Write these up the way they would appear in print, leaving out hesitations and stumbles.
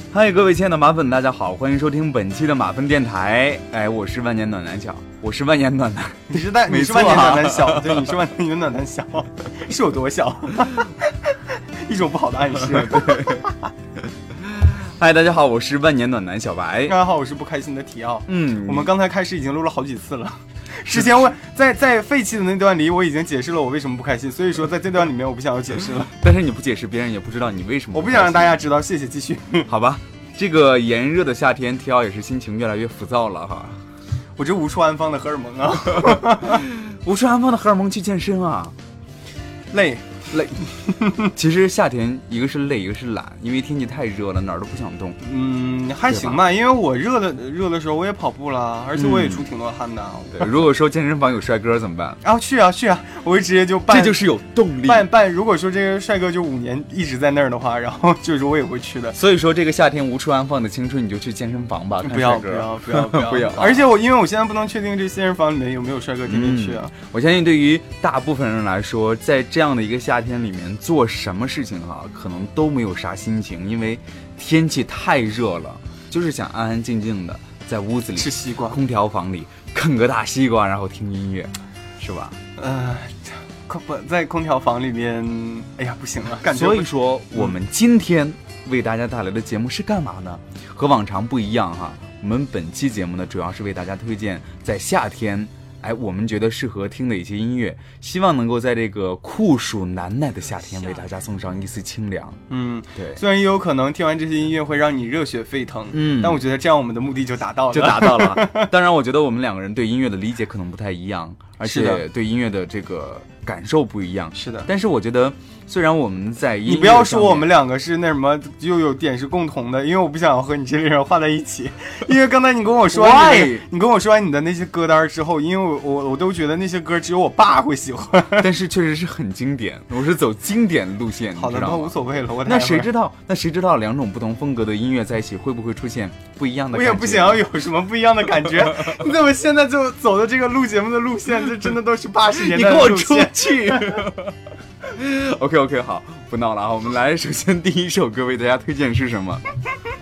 嗨，各位亲爱的马粉，大家好，欢迎收听本期的马粉电台。哎，我是万年暖男小，我是万年暖男， 你是万年暖男小，对，你是万年暖男小，是有多小？一种不好的暗示。 对。嗨，大家好，我是万年暖男小白。 大家好，我是不开心的提奥。我们刚才开始已经录了好几次了。之前我在废弃的那段里，我已经解释了我为什么不开心，所以说在这段里面我不想要解释了。 但是你不解释，别人也不知道你为什么不开心。 我不想让大家知道，谢谢，继续。 好吧，这个炎热的夏天，提奥也是心情越来越浮躁了哈。 我这无处安放的荷尔蒙啊， 无处安放的荷尔蒙去健身啊， 累。 其实夏天一个是累，一个是懒，因为天气太热了，哪儿都不想动。 还行吧，因为我热的时候我也跑步了，而且我也出挺多汗的。 对，如果说健身房有帅哥怎么办？ 去啊，我会直接就办， 这就是有动力。 办，如果说这个帅哥就5年一直在那儿的话，然后就是我也会去的。 所以说这个夏天无处安放的青春，你就去健身房吧。 不要。而且因为我现在不能确定这健身房里面有没有帅哥天天去啊。 我相信对于大部分人来说，在这样的一个夏天里面做什么事情可能都没有啥心情，因为天气太热了，就是想安安静静的在屋子里吃西瓜， 空调房里啃个大西瓜，然后听音乐，是吧？ 在空调房里面，哎呀不行了，感觉。 所以说我们今天为大家带来的节目是干嘛呢？和往常不一样哈，我们本期节目呢，主要是为大家推荐在夏天我们觉得适合听的一些音乐，希望能够在这个酷暑难耐的夏天为大家送上一丝清凉。对， 虽然也有可能听完这些音乐会让你热血沸腾，但我觉得这样我们的目的就达到了。当然我觉得我们两个人对音乐的理解可能不太一样，而且对音乐的这个感受不一样。 是的， 但是我觉得虽然我们在音乐， 你不要说我们两个是那什么又有点是共同的，因为我不想和你这个人画在一起。因为刚才你跟我说完你的那些歌单之后，因为我都觉得那些歌只有我爸会喜欢， 但是确实是很经典，我是走经典路线。 好的，那无所谓了。 那谁知道两种不同风格的音乐在一起会不会出现不一样的感觉？ 我也不想要有什么不一样的感觉。你怎么现在就走的这个录节目的路线，这真的都是80年代的路线。 你给我出去。OK 好，不闹了啊！我们来，首先第一首歌为大家推荐是什么？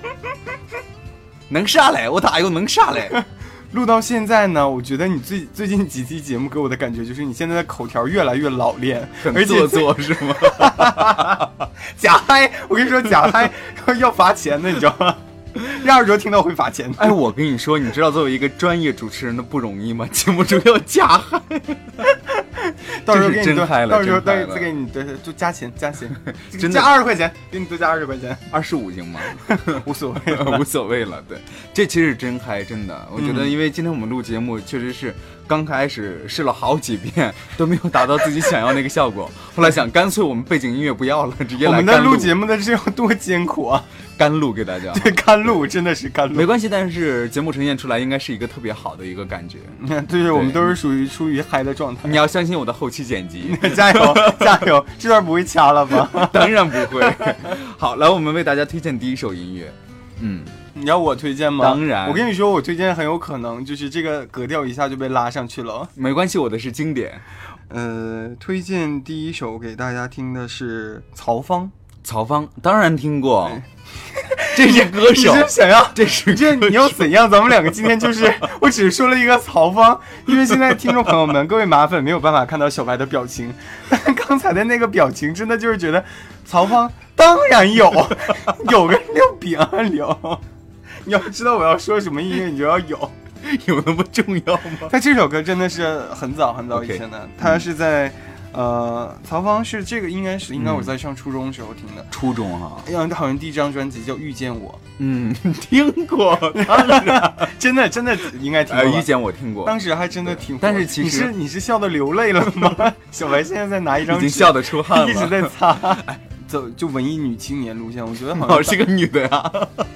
能下来，我打又能下来。 录到现在呢，我觉得你最近几期节目给我的感觉就是你现在的口条越来越老练， 很做作是吗？ 假嗨，我跟你说假嗨要罚钱的，你知道吗？让耳朵听到会罚钱。 我跟你说，你知道作为一个专业主持人的不容易吗？节目中要加嗨。 到时候给你真嗨了， 到时候再给你就加钱，真的加20块钱，给你多加20块钱 ，25行吗？ 无所谓了。对，这其实是真嗨，真的。我觉得，因为今天我们录节目确实是刚开始试了好几遍都没有达到自己想要那个效果，后来想干脆我们背景音乐不要了，直接来干录。 我们的录节目的这有多艰苦啊！ 干录给大家， 对，干录真的是干录， 没关系。但是节目呈现出来应该是一个特别好的一个感觉。 对，我们都是处于嗨的状态。 你要相信我的后期剪辑， 加油！这段不会掐了吧？ 当然不会。好，来，我们为大家推荐第一首音乐。 你要我推荐吗？ 当然。 我跟你说，我推荐很有可能就是这个格调一下就被拉上去了。 没关系，我的是经典。 推荐第一首给大家听的是曹芳， 当然听过。这是歌手， 你是想要你要怎样？咱们两个今天就是我只说了一个曹芳，因为现在听众朋友们各位马粉没有办法看到小白的表情，但刚才的那个表情真的就是觉得曹芳当然有个六比2流。你要知道我要说什么音乐，你就要有那么重要吗？ 他这首歌真的是很早以前的，他是在曹芳是这个应该我在上初中的时候听的。 初中哈， 好像第一张专辑叫《遇见我》。 听过， 真的应该听过。 遇见我听过， 当时还真的听过。 但是其实你是笑得流泪了吗？小白现在在拿一张纸， 已经笑得出汗了， 一直在擦。走就文艺女青年路线，我觉得好像是个女的呀。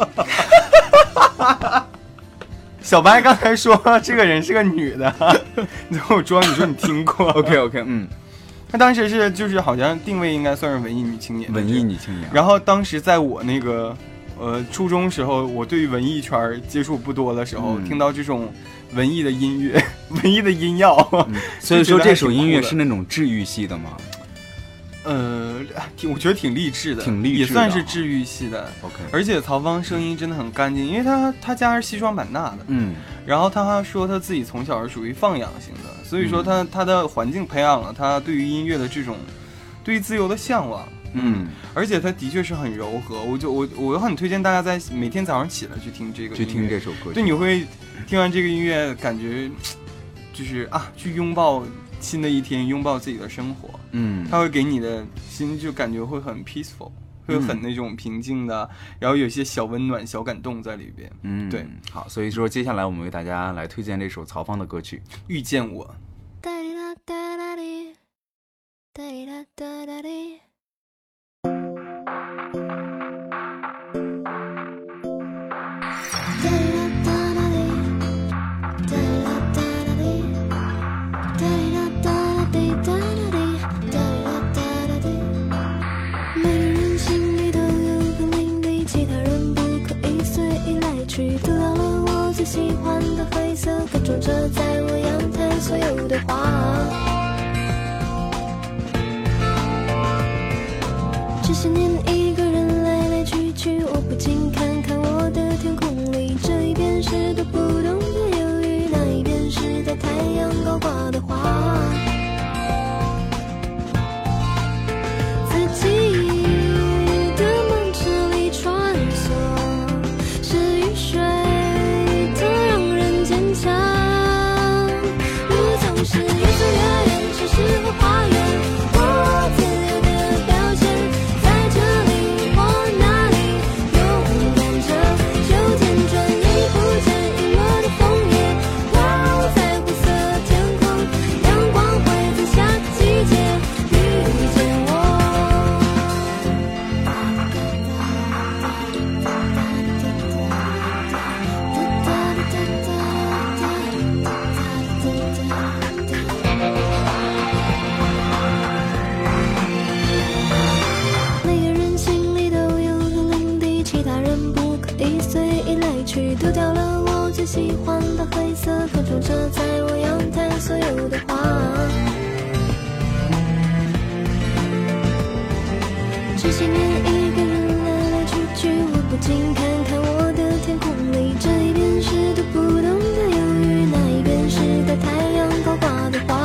小白刚才说这个人是个女的，你跟我装，你说你听过。 OK， 他当时就是好像定位应该算是文艺女青年。然后当时在我那个初中时候，我对文艺圈接触不多的时候，听到这种文艺的音乐、文艺的音药， 所以说这首音乐是那种治愈系的吗？ 我觉得挺励志的，也算是治愈系的。 OK， 而且曹芳声音真的很干净，因为他家是西双版纳的，然后他说他自己从小是属于放养型的，所以说他的环境培养了他对于音乐的这种对于自由的向往。而且他的确是很柔和，我很推荐大家在每天早上起来去听这个音乐， 去听这首歌， 对，你会听完这个音乐感觉就是去拥抱新的一天，拥抱自己的生活。它会给你的心就感觉会很 peaceful， 会很那种平静的，然后有一些小温暖、小感动在里边。对， 好，所以说接下来我们为大家来推荐这首曹芳的歌曲《 遇见我》。 读到了我最喜欢的灰色，各种着在我阳台所有的花。这些年一个人来来去去，我不禁看看我的天空里，这一边是都不懂的忧郁，那一边是在太阳高挂的花。自己的梦池里穿梭，是雨水的让人坚强，路总是越走越远，城市和花园，我自由的表现，在这里或那里，勇敢着，秋天转眼已不见遗落的枫叶，飘在灰色天空，阳光会在下个季节遇见我。每个人心里都有个领地，其他人不可以随意来去，丢掉了我最喜欢的灰色，各种着在我阳台所有的花。这些年一个人来来去去，我不禁看看我的天空里，这一边是读不懂的忧郁，那一边是在太阳高挂的花。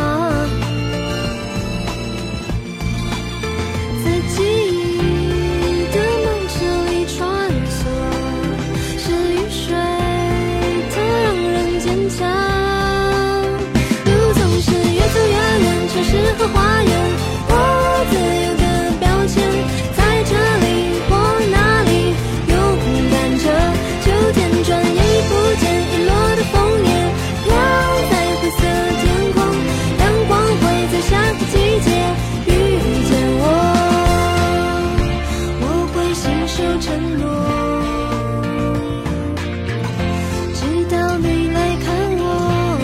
自己的梦池里穿梭，是雨水的让人坚强，路总是越走越远，城市和花园，我自由的表现，在这里或那里，勇敢着，秋天转眼已不见遗落的枫叶，飘在灰色天空，阳光会在下个季节遇见我，我会信守承诺，直到你来看我。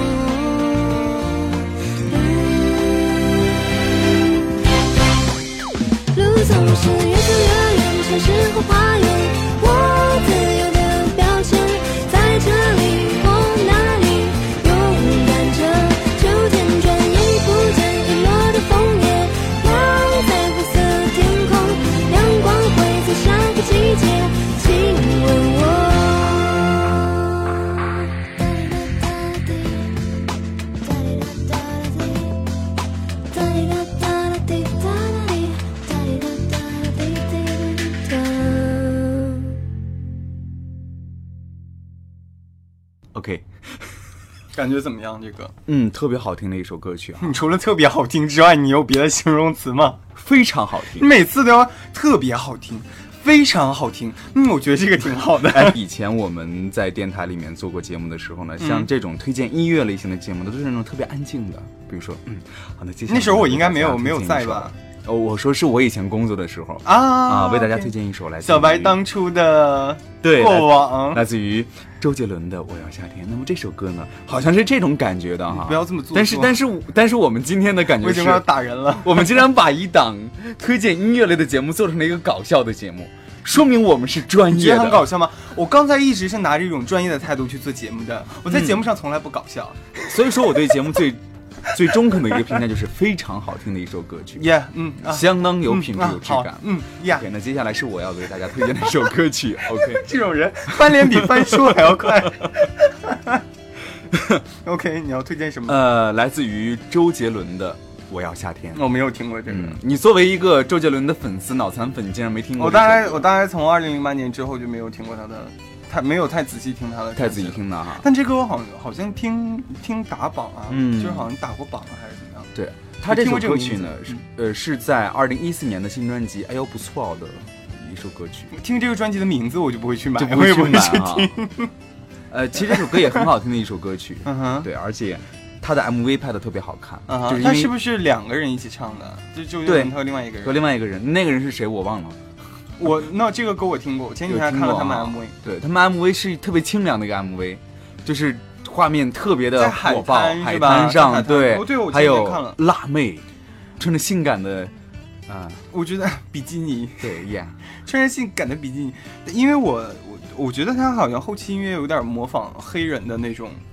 路总是越走越远，城市和花园，我自由的表现，在这里或那里，勇敢着，秋天转眼已不见遗落的枫叶，飘在灰色天空，阳光会在下个季节亲吻我。 OK， 感觉怎么样？这个特别好听的一首歌曲啊， 你除了特别好听之外，你有别的形容词吗？ 非常好听你。每次都要特别好听，非常好听。我觉得这个挺好的。 哎，以前我们在电台里面做过节目的时候呢，像这种推荐音乐类型的节目呢，都是那种特别安静的。比如说，好，那接下来那时候我应该没有在吧？ 哦，我说是我以前工作的时候为大家推荐一首来自小白当初的对过往， 来自于周杰伦的《我要夏天》。那么这首歌呢，好像是这种感觉的哈。 不要这么做。 但是我们今天的感觉是， 我已经要打人了。 我们竟然把一档推荐音乐类的节目做成了一个搞笑的节目，说明我们是专业的。 你觉得很搞笑吗？我刚才一直是拿着一种专业的态度去做节目的，我在节目上从来不搞笑。 所以说我对节目最中肯的一个评价就是非常好听的一首歌曲， 相当有品质、有质感。 OK， 那接下来是我要给大家推荐的一首歌曲。OK， 这种人翻脸比翻书还要快。OK， 你要推荐什么？ 来自于周杰伦的《我要夏天》。 我没有听过这个。 你作为一个周杰伦的粉丝，脑残粉，你竟然没听过？ 我大概从2008年之后就没有听过他的。没有太仔细听他的， 太仔细听的哈。 但这歌我好像听打榜啊，就是好像打过榜啊，还是怎么样？ 对，他这首歌曲呢，是在2014年的新专辑《哎呦不错》的一首歌曲。 听这个专辑的名字我就不会去买， 就不会去买听。 其实这首歌也很好听的一首歌曲，对，而且他的 MV 拍的特别好看，就是他是不是2个人一起唱的？就对，和另外一个人， 和另外一个人，那个人是谁我忘了。 那这个歌我听过，我前几天还看了他们 MV， 对他们 MV 是特别清凉的一个 MV， 就是画面特别的火爆，海滩上，对，还有辣妹，穿着性感的， 我觉得比基尼， 对呀， 穿着性感的比基尼，因为我觉得他好像后期音乐有点模仿黑人的那种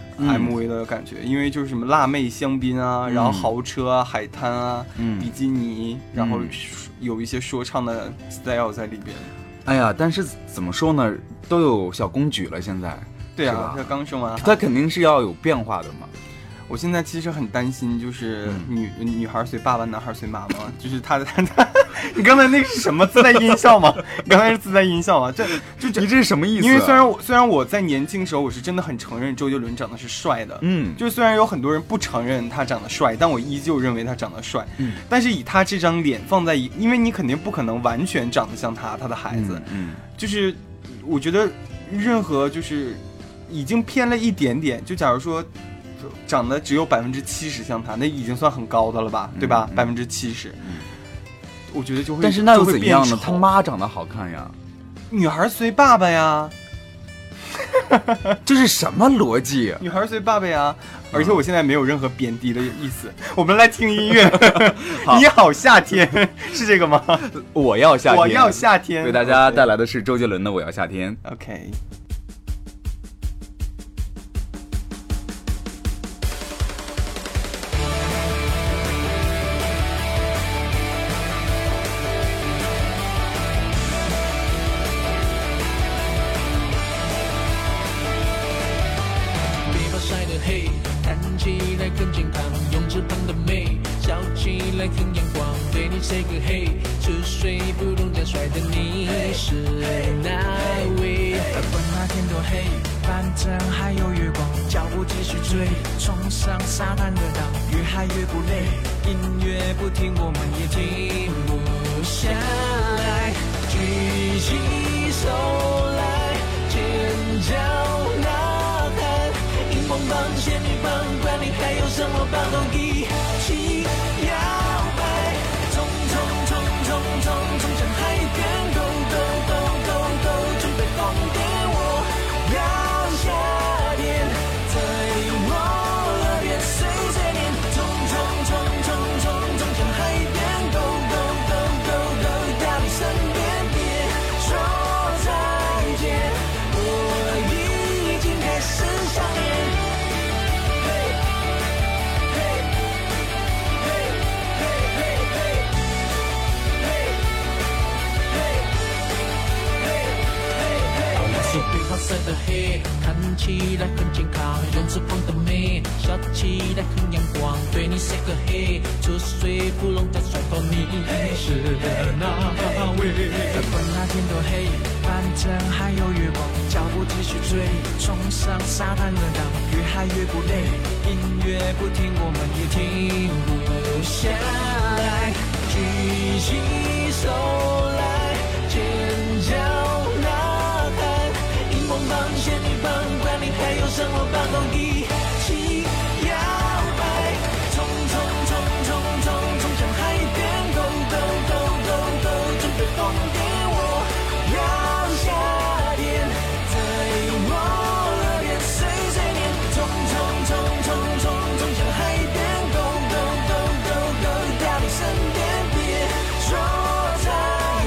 MV 的感觉，因为就是什么辣妹香槟啊，然后豪车啊，海滩啊，比基尼，然后有一些说唱的 style 在里边。 哎呀，但是怎么说呢，都有小公举了，现在。 对啊，他刚生完， 他肯定是要有变化的嘛。 我现在其实很担心，就是女孩随爸爸，男孩随妈妈，就是他你刚才那是什么自带音效吗？刚才是自带音效啊， 你这是什么意思？ 因为虽然我在年轻时候我是真的很承认周杰伦长得是帅的，就是虽然有很多人不承认他长得帅，但我依旧认为他长得帅。但是以他这张脸放在因为你肯定不可能完全长得像他的孩子，就是我觉得任何就是已经偏了一点点，就假如说。长得只有70%像他，那已经算很高的了吧，对吧？70%，我觉得就会。 但是那又怎样呢？他妈长得好看呀， 女孩随爸爸呀， 这是什么逻辑？ 女孩随爸爸呀，而且我现在没有任何贬低的意思。我们来听音乐，你好夏天是这个吗？ 我要夏天， 我要夏天， 为大家带来的是周杰伦的《我要夏天》。 OK。 say 个嘿，出水不动再帅的你是哪位？管那天多黑，反正还有月光，脚步继续追，冲上沙滩的浪，越嗨越不累，音乐不停，我们也停不下来，举起手来，尖叫呐喊，荧光棒、仙女棒，管你还有什么棒都一起摇摆。冲向海边 ，Go Go Go Go Go， 准备疯癫，我要夏天，在我耳边碎碎念，冲向海边 ，Go Go Go Go Go， 到你身边，别说再见，我已经开始想念。对黄色的黑，看起来很健康，用翅膀的美，笑起来很阳光。对你 say 个嘿，出水芙蓉的甩头，你是哪位？管那天多黑，反正还有月光，脚步继续追，冲上沙滩的浪，越嗨越不累，音乐不停，我们也停不下来，举起手来，尖叫。仙女棒，管你还有什么棒都一起摇摆，冲向海边 ，Go Go Go Go Go， 准备疯癫，我要夏天，在我耳边碎碎念，冲向海边 ，Go Go Go Go Go， 到你身边，别说再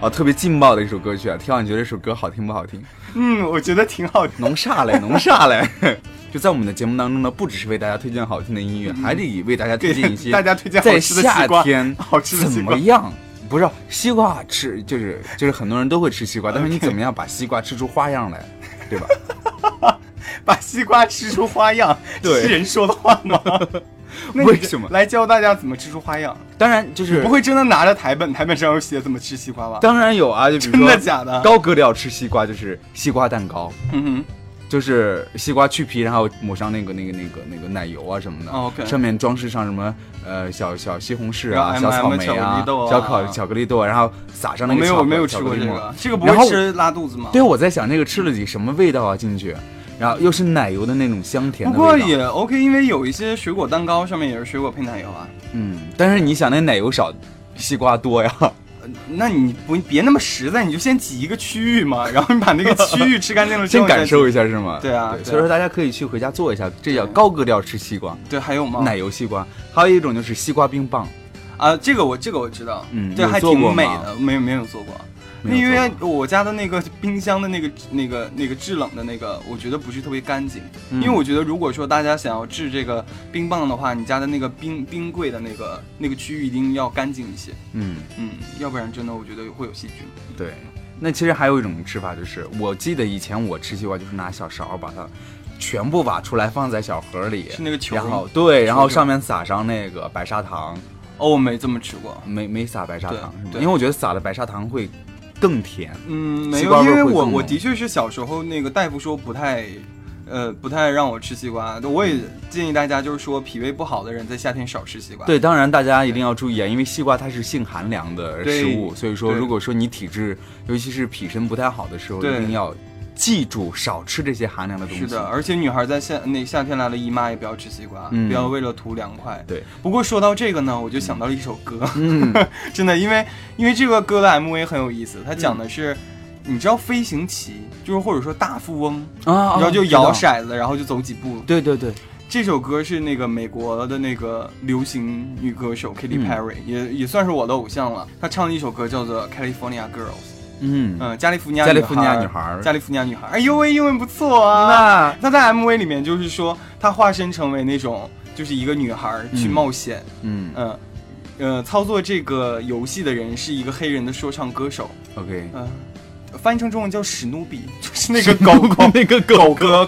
特别劲爆的一首歌曲啊。挑，你觉得这首歌好听不好听？ 我觉得挺好听。 浓煞嘞，浓煞嘞。就在我们的节目当中呢，不只是为大家推荐好听的音乐，还得为大家推荐一些大家推荐好在吃的西瓜夏天好吃的西瓜怎么样？不是西瓜吃，就是很多人都会吃西瓜，但是你 OK 怎么样把西瓜吃出花样来，对吧？ 把西瓜吃出花样， 对是人说的话吗？那你为什么来教大家怎么吃出花样？ 当然就是不会真的拿着台本上有写怎么吃西瓜吧？ 当然有啊，就比如真说的假的？ 高格调吃西瓜就是西瓜蛋糕， 嗯就是西瓜去皮，然后抹上那个奶油啊什么的， OK 上面装饰上什么小西红柿啊、 然后小草莓 M&M 巧克啊力豆、啊小巧克力豆，然后撒上那个我没有吃过这巧克力末个，这个不然后会吃拉肚子吗？ 对，我在想那个吃了几什么味道啊进去，然后又是奶油的那种香甜不的味道。 过也 OK，因为有一些水果蛋糕上面也是水果配奶油啊。 但是你想那奶油少，西瓜多呀。 那你别那么实在，你就先挤一个区域嘛，然后你把那个区域吃干净了之后， 先感受一下是吗？ 对啊， 所以说大家可以去回家做一下，这叫高格调吃西瓜。 对，还有吗？ 奶油西瓜，还有一种就是西瓜冰棒。 啊，这个我知道，这还挺美的，没有做过。因为我家的那个冰箱的那个制冷的那个，我觉得不是特别干净。因为我觉得如果说大家想要制这个冰棒的话，你家的那个冰柜的那个区域一定要干净一些。要不然真的我觉得会有细菌。 对，那其实还有一种吃法，就是我记得以前我吃西瓜就是拿小勺把它全部挖出来放在小盒里， 是那个球， 然后对，然后上面撒上那个白砂糖。 哦，我没这么吃过， 没撒白砂糖是吗？ 对， 因为我觉得撒了白砂糖会更甜。 没有，因为我的确是小时候那个大夫说不太让我吃西瓜，我也建议大家就是说脾胃不好的人在夏天少吃西瓜。 对，当然大家一定要注意啊，因为西瓜它是性寒凉的食物，所以说如果说你体质尤其是脾肾不太好的时候，一定要记住少吃这些寒凉的东西。 是的，而且女孩在夏天来了姨妈也不要吃西瓜，不要为了图凉快。 对。 不过说到这个呢，我就想到了一首歌，真的，因为这个歌的 MV 很有意思，它讲的是，你知道飞行棋，就是或者说大富翁然后就摇骰子，然后就走几步。 对对对。 这首歌是那个美国的那个流行女歌手 Katy Perry，也算是我的偶像了。她唱的一首歌叫做 California Girls。加利福尼亚女孩，哎呦喂，英文不错啊。那她在 MV 里面就是说，她化身成为那种就是一个女孩去冒险，操作这个游戏的人是一个黑人的说唱歌手。 OK， 翻译成中文叫史努比，就是那个狗那个狗哥。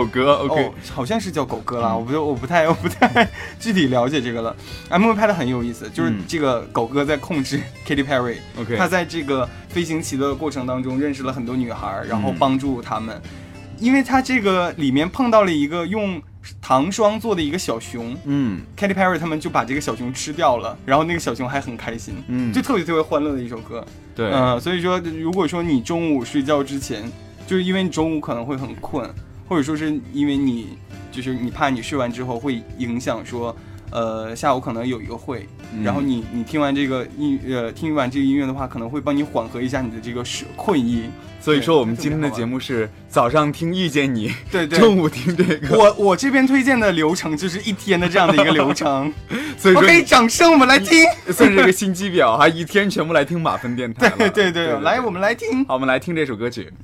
OK， 好像是叫狗哥啦，我不太具体了解这个了。MV 拍的很有意思，就是这个狗哥在控制 Katy Perry， 他在这个飞行棋的过程当中认识了很多女孩，然后帮助他们。因为他这个里面碰到了一个用糖霜做的一个小熊，Katy Perry 他们就把这个小熊吃掉了，然后那个小熊还很开心，就特别欢乐的一首歌。 对， 所以说如果说你中午睡觉之前，就是因为你中午可能会很困，或者说是因为你怕你睡完之后会影响说下午可能有一个会，然后你听完这个听完这个音乐的话，可能会帮你缓和一下你的这个困意。 所以说我们今天的节目是早上听遇见你， 对， 中午听这个。 我这边推荐的流程就是一天的这样的一个流程。 所以说 OK， 掌声，我们来听， 算是个心机婊哈，一天全部来听马芬电台了。 对，来我们来听。 好，我们来听这首歌曲。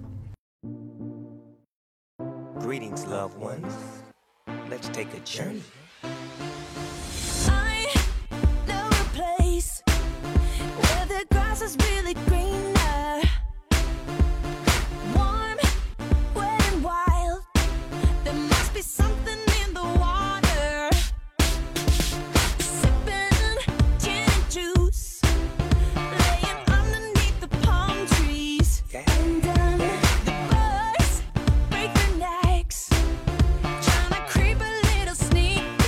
Greetings, loved ones. Let's take a journey. I know a place where the grass is really greener, warm, wet and wild. There must be something in the water. Sipping gin and juice, laying underneath the palm trees. And the birds break their necks, trying to creep a little sneak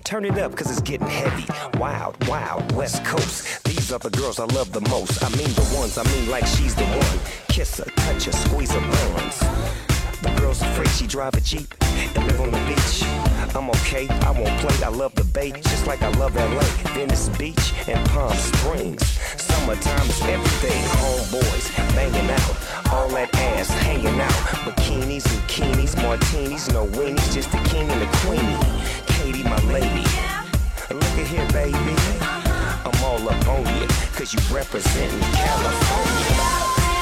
Turn it up, cause it's getting heavy. Wild, wild, West Coast. These are the girls I love the most. I mean the ones, I mean like she's the one. Kiss her, touch her, squeeze her bones. The girl's afraid she drive a Jeep and live on the beach. I'm okay, I won't play, I love the bay, just like I love LA, Venice Beach, and Palm Springs. Summertime is everything, homeboys banging out, all that ass hanging out. Bikinis, bikinis, martinis, no weenies, just the king and the queenie. Katie, my lady, look at here, baby. I'm all up on you, cause you representing California.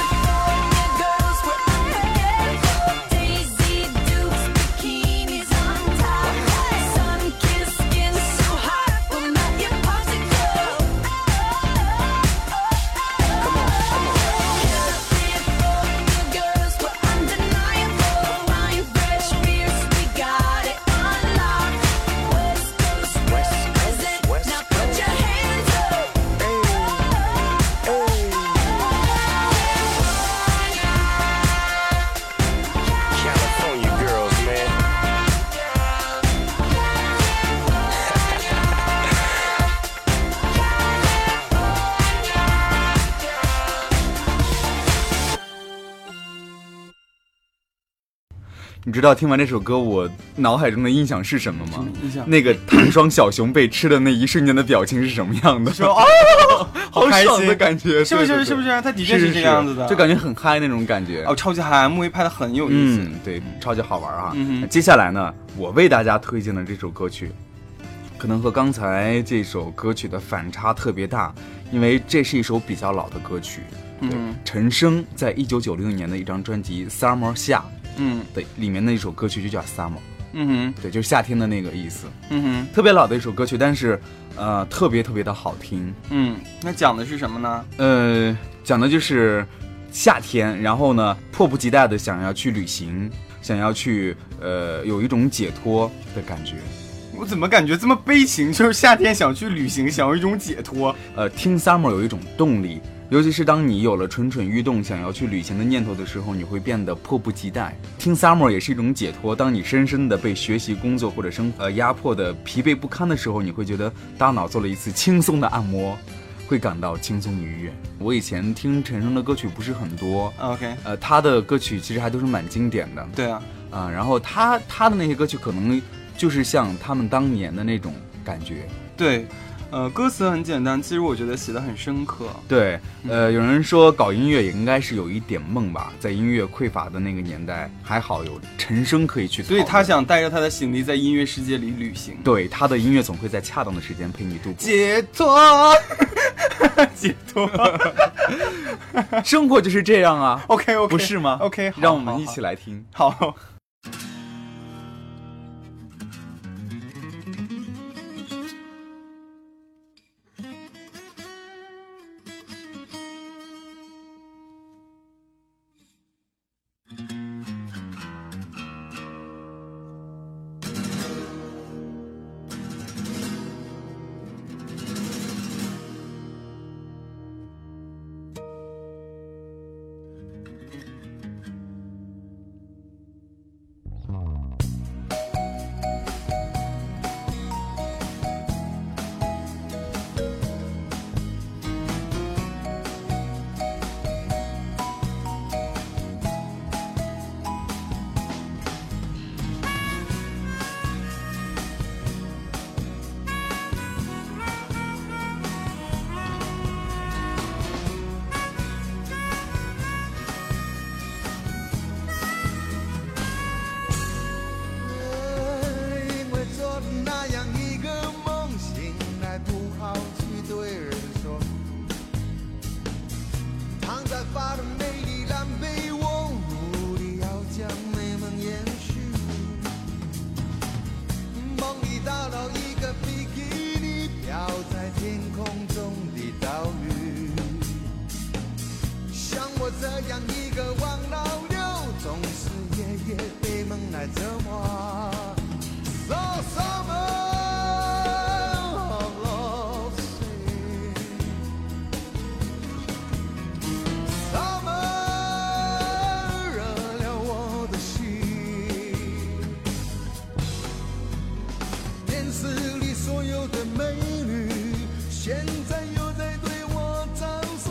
你知道听完这首歌我脑海中的印象是什么吗？ 印象那个糖霜小熊被吃的那一瞬间的表情是什么样的？ 说哦， 好开心爽的感觉， 是不是？ 对对对是不是？他的确是这个样子的， 就感觉很嗨那种感觉。 哦，超级嗨 ，MV 拍的很有意思。 对，超级好玩啊。 嗯哼接下来呢，我为大家推荐的这首歌曲，可能和刚才这首歌曲的反差特别大，因为这是一首比较老的歌曲。对，陈升在1996年的一张专辑《Summer 夏》对里面的一首歌曲就叫 Summer。对，就是夏天的那个意思。特别老的一首歌曲，但是特别特别的好听。 那讲的是什么呢？ 讲的就是夏天，然后呢迫不及待的想要去旅行，想要去有一种解脱的感觉。 我怎么感觉这么悲情？就是夏天想去旅行，想要一种解脱。 听 Summer 有一种动力，尤其是当你有了蠢蠢欲动想要去旅行的念头的时候，你会变得迫不及待。听 Summer 也是一种解脱，当你深深的被学习工作或者生活压迫的疲惫不堪的时候，你会觉得大脑做了一次轻松的按摩，会感到轻松愉悦。我以前听陈升的歌曲不是很多 OK， 他的歌曲其实还都是蛮经典的。 对啊， 然后他的那些歌曲可能就是像他们当年的那种感觉。 对，歌词很简单，其实我觉得写得很深刻。 对，有人说搞音乐也应该是有一点梦吧，在音乐匮乏的那个年代，还好有陈升可以去， 所以他想带着他的行李在音乐世界里旅行。 对，他的音乐总会在恰当的时间陪你度过解脱，解脱， 生活就是这样啊。 OK， 不是吗 ？OK， 让我们一起来听。 好。 现在又在对我张手，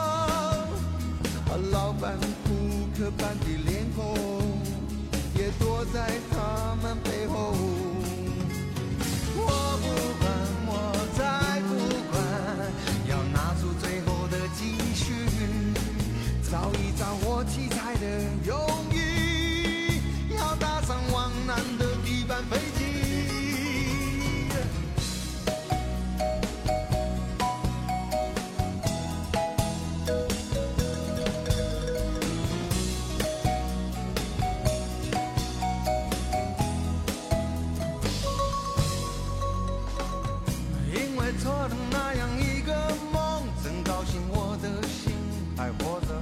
老板扑克般的脸孔也躲在他们背后。我不管，我再不管，要拿出最后的积蓄，找一找我七彩的勇气，要搭上往南的第一班飞机。因为做了那样一个梦，真高兴我的心还活着。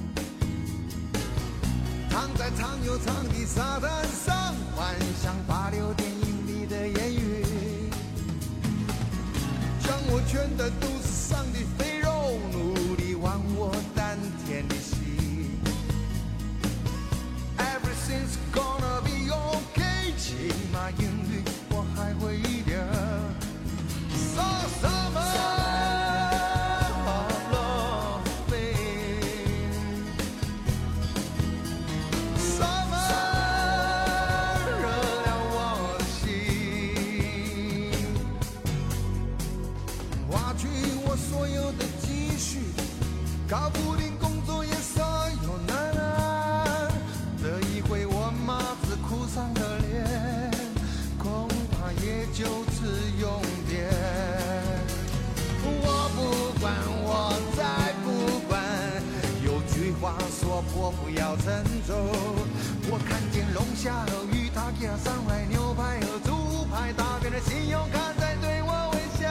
躺在长又长的沙滩上，幻想86电影里的艳遇，将我圈在肚子上的肥肉，努力往我丹田里吸。Everything's gonna be okay， 起码英语我还会一点。So summer of loving， summer 热了我的心，挖去我所有的积蓄，搞不定工作也所有难安，这一回我妈子哭丧的脸，恐怕也就此永别。我不管，我再不管，有句话说破不要沉重。我看见龙虾和鱼，他给了上来牛排和猪排，大便的信用卡在对我微笑。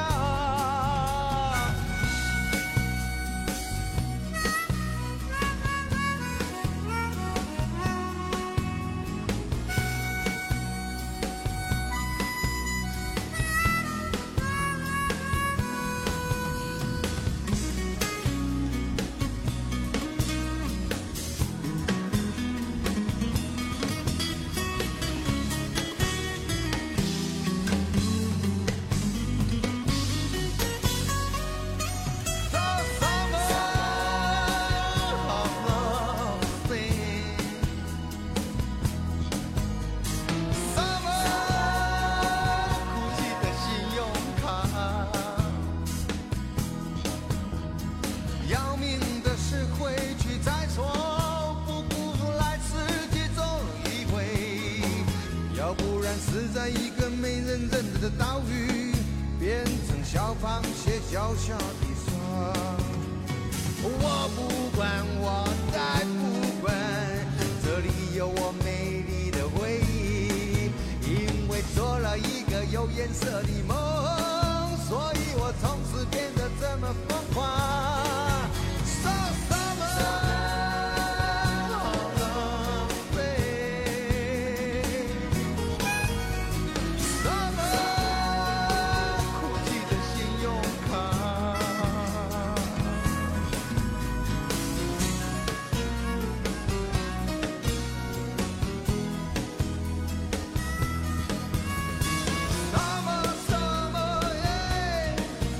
要命的是回去再错，不顾来自己走了一回，要不然死在一个没人认得的岛屿，变成小螃蟹脚下的霜。我不管，我再不管，这里有我美丽的回忆，因为做了一个有颜色的梦，所以我从此变得这么疯狂。So summer of loving， summer 哭泣的信用卡。Summer, summer, yeah.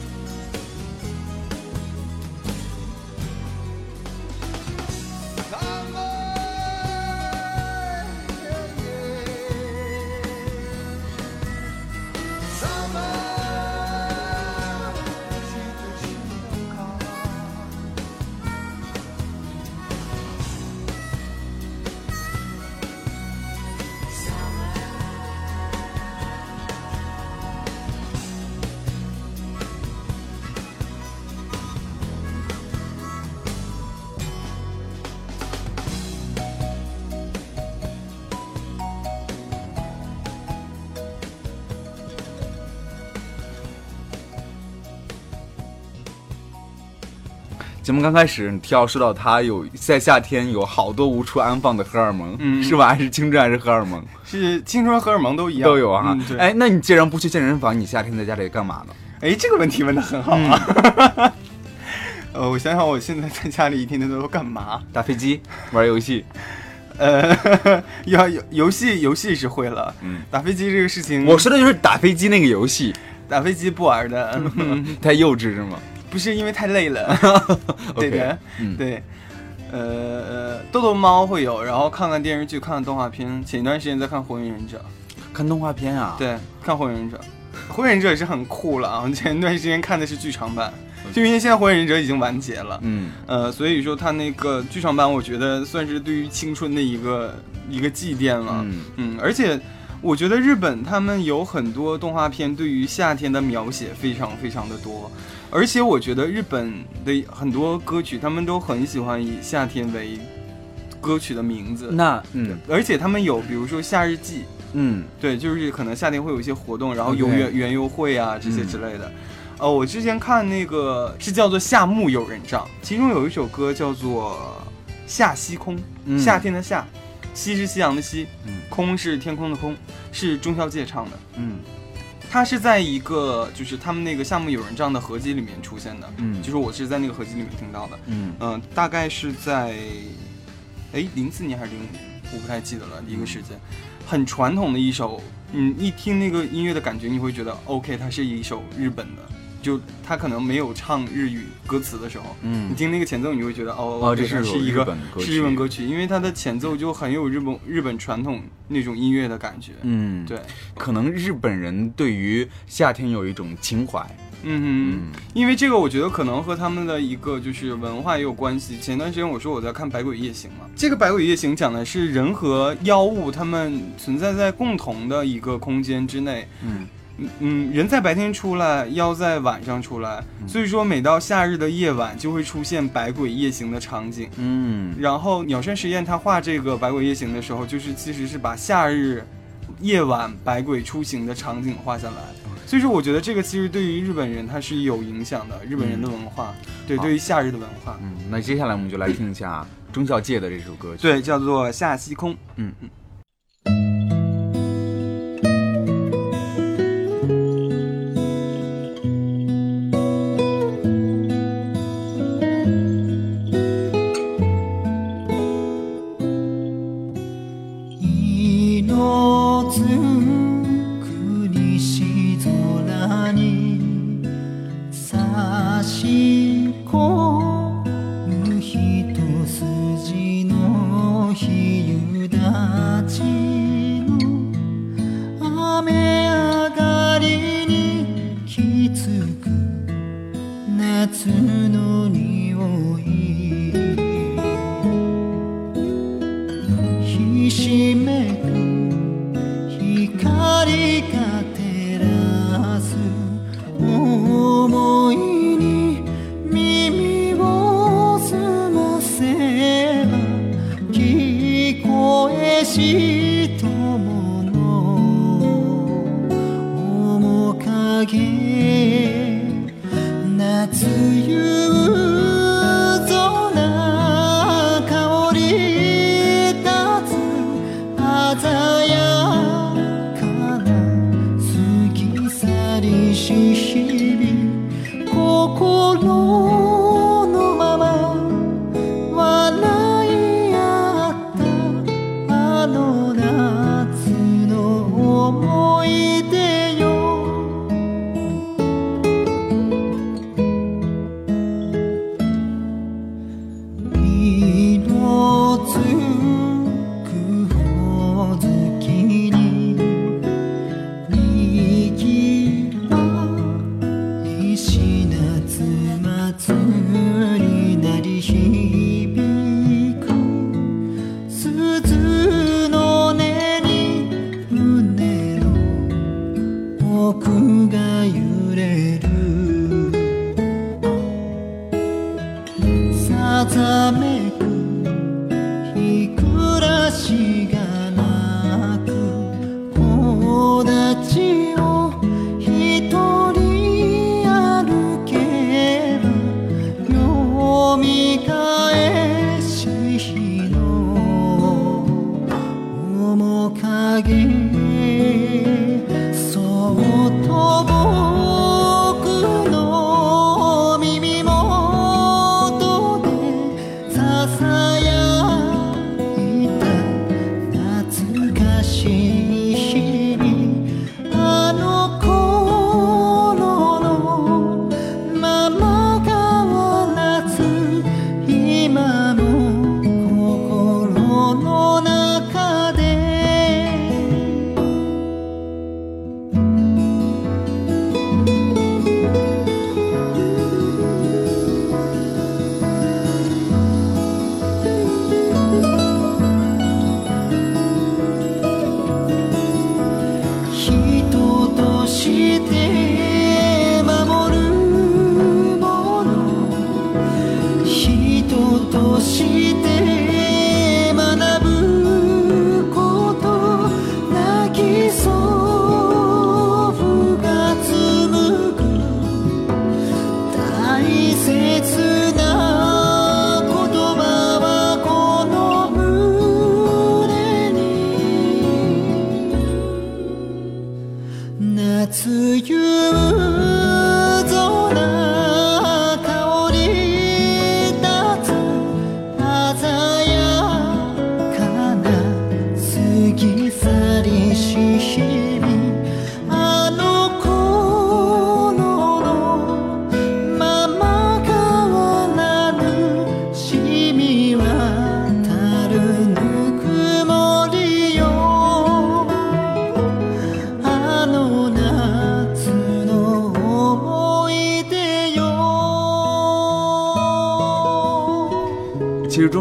节目刚开始，你提到说到他有在夏天有好多无处安放的荷尔蒙，是吧？还是青春还是荷尔蒙？ 是青春荷尔蒙都一样都有啊。 对。 哎，那你既然不去健身房，你夏天在家里干嘛呢？ 哎，这个问题问得很好啊。我想想，我现在在家里一天天都干嘛？ 打飞机，玩游戏。 游戏是会了，打飞机这个事情， 我说的就是打飞机那个游戏。 打飞机不玩的， 太幼稚是吗？ 不是因为太累了。对 OK， 的， 嗯， 对。逗逗猫会有，然后看看电视剧，看看动画片。前一段时间在看《火影忍者》， 看动画片啊？， 对，看《火影忍者》。《火影忍者》也是很酷了啊！前一段时间看的是剧场版，就因为现在《火影忍者》已经完结了，所以说他那个剧场版，我觉得算是对于青春的一个祭奠了。而且我觉得日本他们有很多动画片对于夏天的描写非常非常的多，而且我觉得日本的很多歌曲他们都很喜欢以夏天为歌曲的名字。 那而且他们有比如说夏日祭，对，就是可能夏天会有一些活动，然后有园游会啊这些之类的。我之前看那个是叫做夏目友人帐，其中有一首歌叫做夏西空，夏天的夏，西是夕阳的西，空是天空的空，是中孝介唱的。他是在一个就是他们那个夏目友人帐的合集里面出现的，就是我是在那个合集里面听到的。大概是在04年还是05年，我不太记得了一个时间。很传统的一首，一听那个音乐的感觉，你会觉得 OK， 它是一首日本的，就他可能没有唱日语歌词的时候，你听那个前奏，你会觉得这是一个日本歌曲，因为它的前奏就很有日本传统那种音乐的感觉。对， 可能日本人对于夏天有一种情怀。 因为这个我觉得可能和他们的一个就是文化也有关系。前段时间我说我在看《百鬼夜行》嘛，这个《百鬼夜行》讲的是人和妖物他们存在在共同的一个空间之内。人在白天出来，妖在晚上出来，所以说每到夏日的夜晚就会出现百鬼夜行的场景。然后鸟山实验他画这个百鬼夜行的时候，就是其实是把夏日夜晚百鬼出行的场景画下来。所以说我觉得这个其实对于日本人它是有影响的，日本人的文化，对于夏日的文化。 那接下来我们就来听一下中孝介的这首歌曲， 对，叫做夏西空。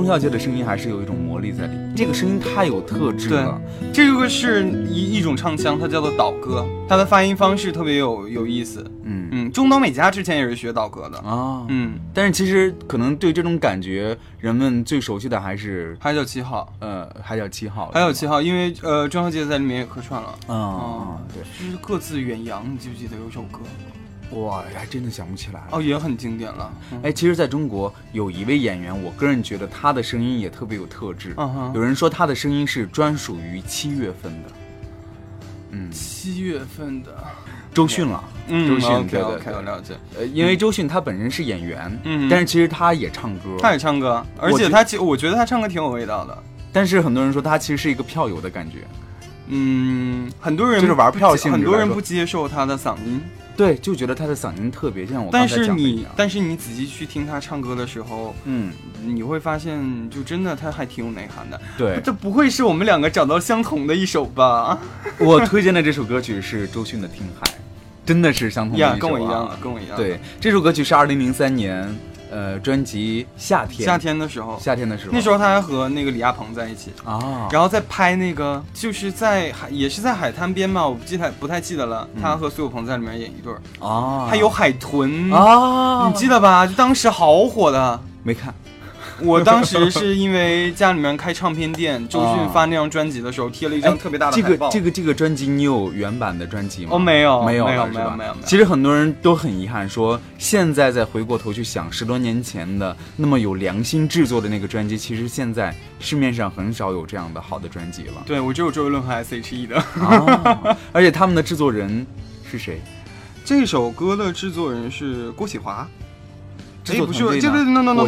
钟小姐的声音还是有一种魔力在里面，这个声音太有特质了。 这个是一种唱腔，它叫做岛歌，它的发音方式特别有意思。中岛美嘉之前也是学岛歌的啊。但是其实可能对这种感觉，人们最熟悉的还是海角7号。 海角7号， 海角7号，因为钟小姐在里面也客串了。 对， 就是各自远洋，你记不记得有首歌？ 哇，还真的想不起来了。 哦，也很经典了。 其实在中国有一位演员，我个人觉得他的声音也特别有特质。有人说他的声音是专属于7月份的。 7月份的周迅了。周迅 OK， 我了解。 因为周迅她本身是演员，但是其实她也唱歌。 她也唱歌，而且我觉得她唱歌挺有味道的。 但是很多人说她其实是一个票友的感觉。 很多人就是玩票性质， 很多人不接受她的嗓音。 对，就觉得他的嗓音特别像我刚才讲的一样。 但是你仔细去听他唱歌的时候，你会发现，就真的他还挺有内涵的。 对， 这不会是我们两个找到相同的一首吧？ 我推荐的这首歌曲是周迅的《听海》，真的是相同的一首。 跟我一样了，跟我一样。 对，这首歌曲是2003年。专辑夏天的时候， 那时候他还和那个李亚鹏在一起啊， 然后在拍那个，就是也是在海滩边嘛，我不太记得了。他和苏有朋在里面演一对啊， 还有海豚啊，你记得吧？就当时好火的， 没看。 我当时是因为家里面开唱片店，周迅发那张专辑的时候贴了一张特别大的海报。 这个专辑你有原版的专辑吗？ 没有。 其实很多人都很遗憾，说现在再回过头去想10多年前的那么有良心制作的那个专辑，其实现在市面上很少有这样的好的专辑了。 对，我只有周杰伦和 S.H.E 的而且他们的制作人是谁？ 这首歌的制作人是郭启华。不是，这不是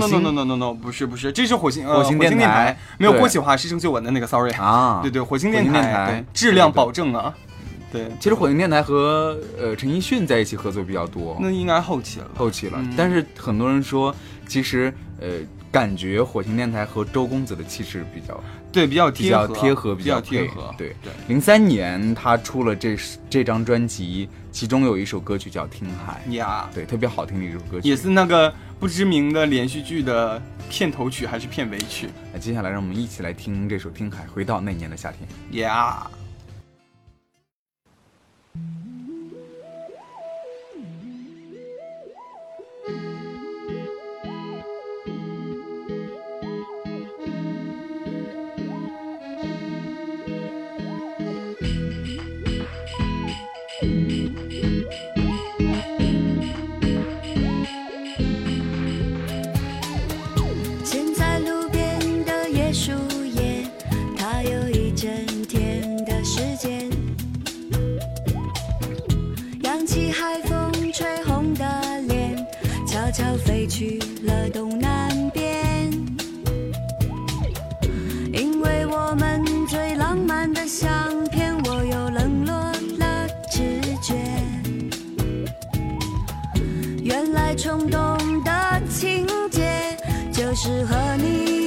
no， 不是，这是火星电台，没有郭启华是郑秀文的那个 sorry 啊， 对，火星电台质量保证啊，对。 其实火星电台和陈奕迅在一起合作比较多， 那应该后期了， 但是很多人说，其实感觉火星电台和周公子的气质比较贴合，比较贴合。对，03年他出了这张专辑，其中有一首歌曲叫《听海》 呀， 对，特别好听的一首歌曲， 也是那个不知名的连续剧的片头曲还是片尾曲。 那接下来让我们一起来听这首《听海》，回到那年的夏天呀。 悄飞去了东南边，因为我们最浪漫的相片，我又冷落了直觉。原来冲动的情节就是和你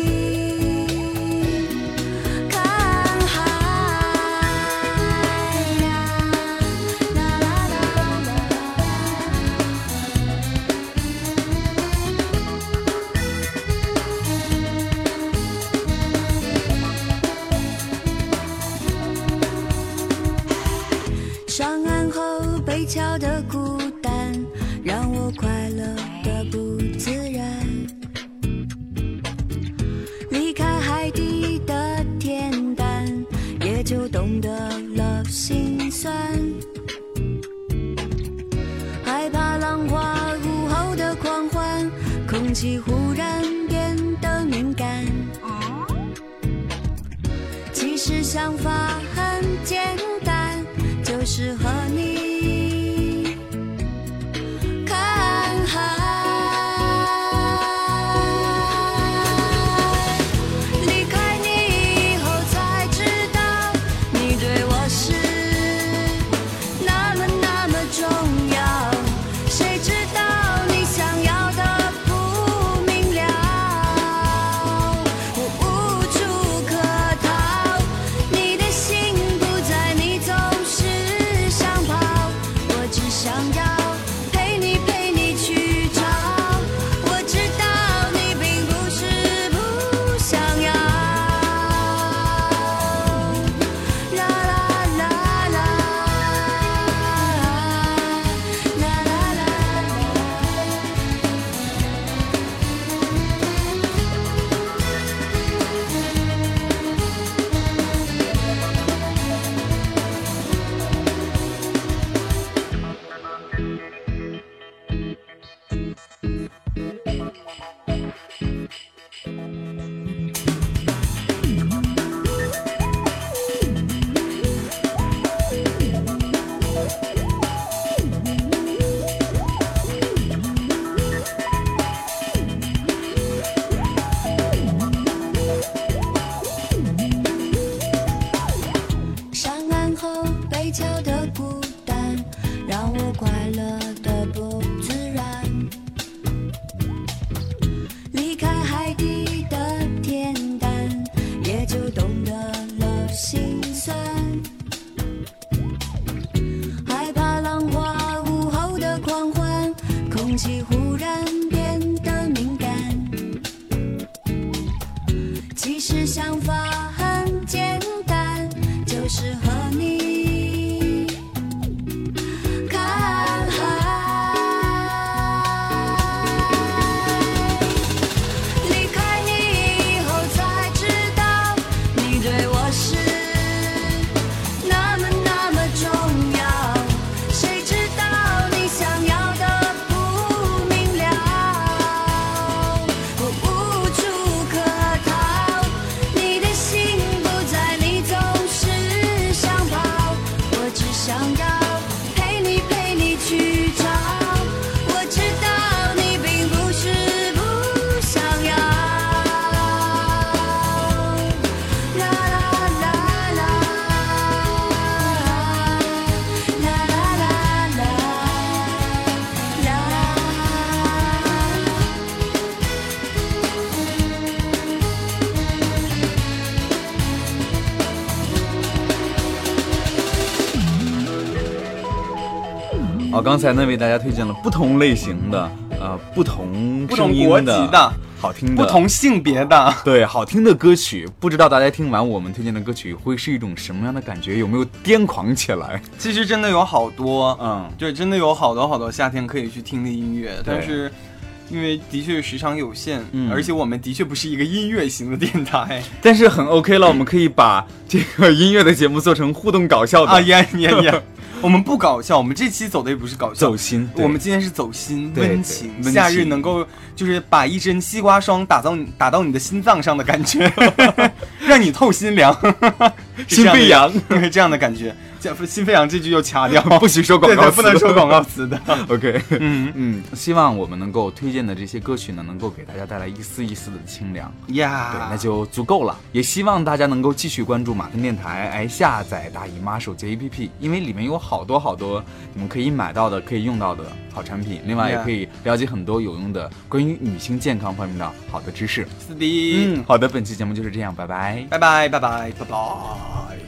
桥的孤单让我快乐的不自然，离开海底的恬淡，也就懂得了心酸，害怕浪花午后的狂欢，空气忽然变得敏感，其实想法很简单，就是和你想跑。 内悄的孤单，让我快乐的不自然。离开海底的恬淡，也就懂得了心酸。害怕浪花午后的狂欢，空气忽然变得敏感。其实想法很简单，就是和你看海。离开你以后才知道，你对我是那么那么重要。谁知道你想要的不明了，我无处可逃。你的心不在，你总是想跑，我只想要陪你陪你去找。我知道你并不是不想要。啦啦啦啦，啦啦啦啦啦。 刚才呢为大家推荐了不同类型的不同不同声音国籍的好听的不同性别的， 对好听的歌曲，不知道大家听完我们推荐的歌曲会是一种什么样的感觉，有没有癫狂起来？ 其实真的有好多， 对， 真的有好多夏天可以去听的音乐，但是因为的确时长有限，而且我们的确不是一个音乐型的电台， 但是很 OK 了，我们可以把这个音乐的节目做成互动搞笑的啊呀，我们不搞笑，我们这期走的也不是搞笑， 走心， 我们今天是走心， 对温情，夏日能够就是把一针西瓜霜打到你的心脏上的感觉，让你透心凉， 心飞扬， 这样的感觉。心飞扬这句又掐掉， 不许说广告词， 不能说广告词的。 OK， 希望我们能够推荐的这些歌曲呢，能够给大家带来一丝一丝的清凉呀。 对，那就足够了。也希望大家能够继续关注马芬电台，下载大姨妈手机 APP， 因为里面有好多你们可以买到的、可以用到的好产品。另外，也可以了解很多有用的关于女性健康方面的好的知识。 是的， 好的，本期节目就是这样，拜拜， 拜拜，拜拜，拜拜。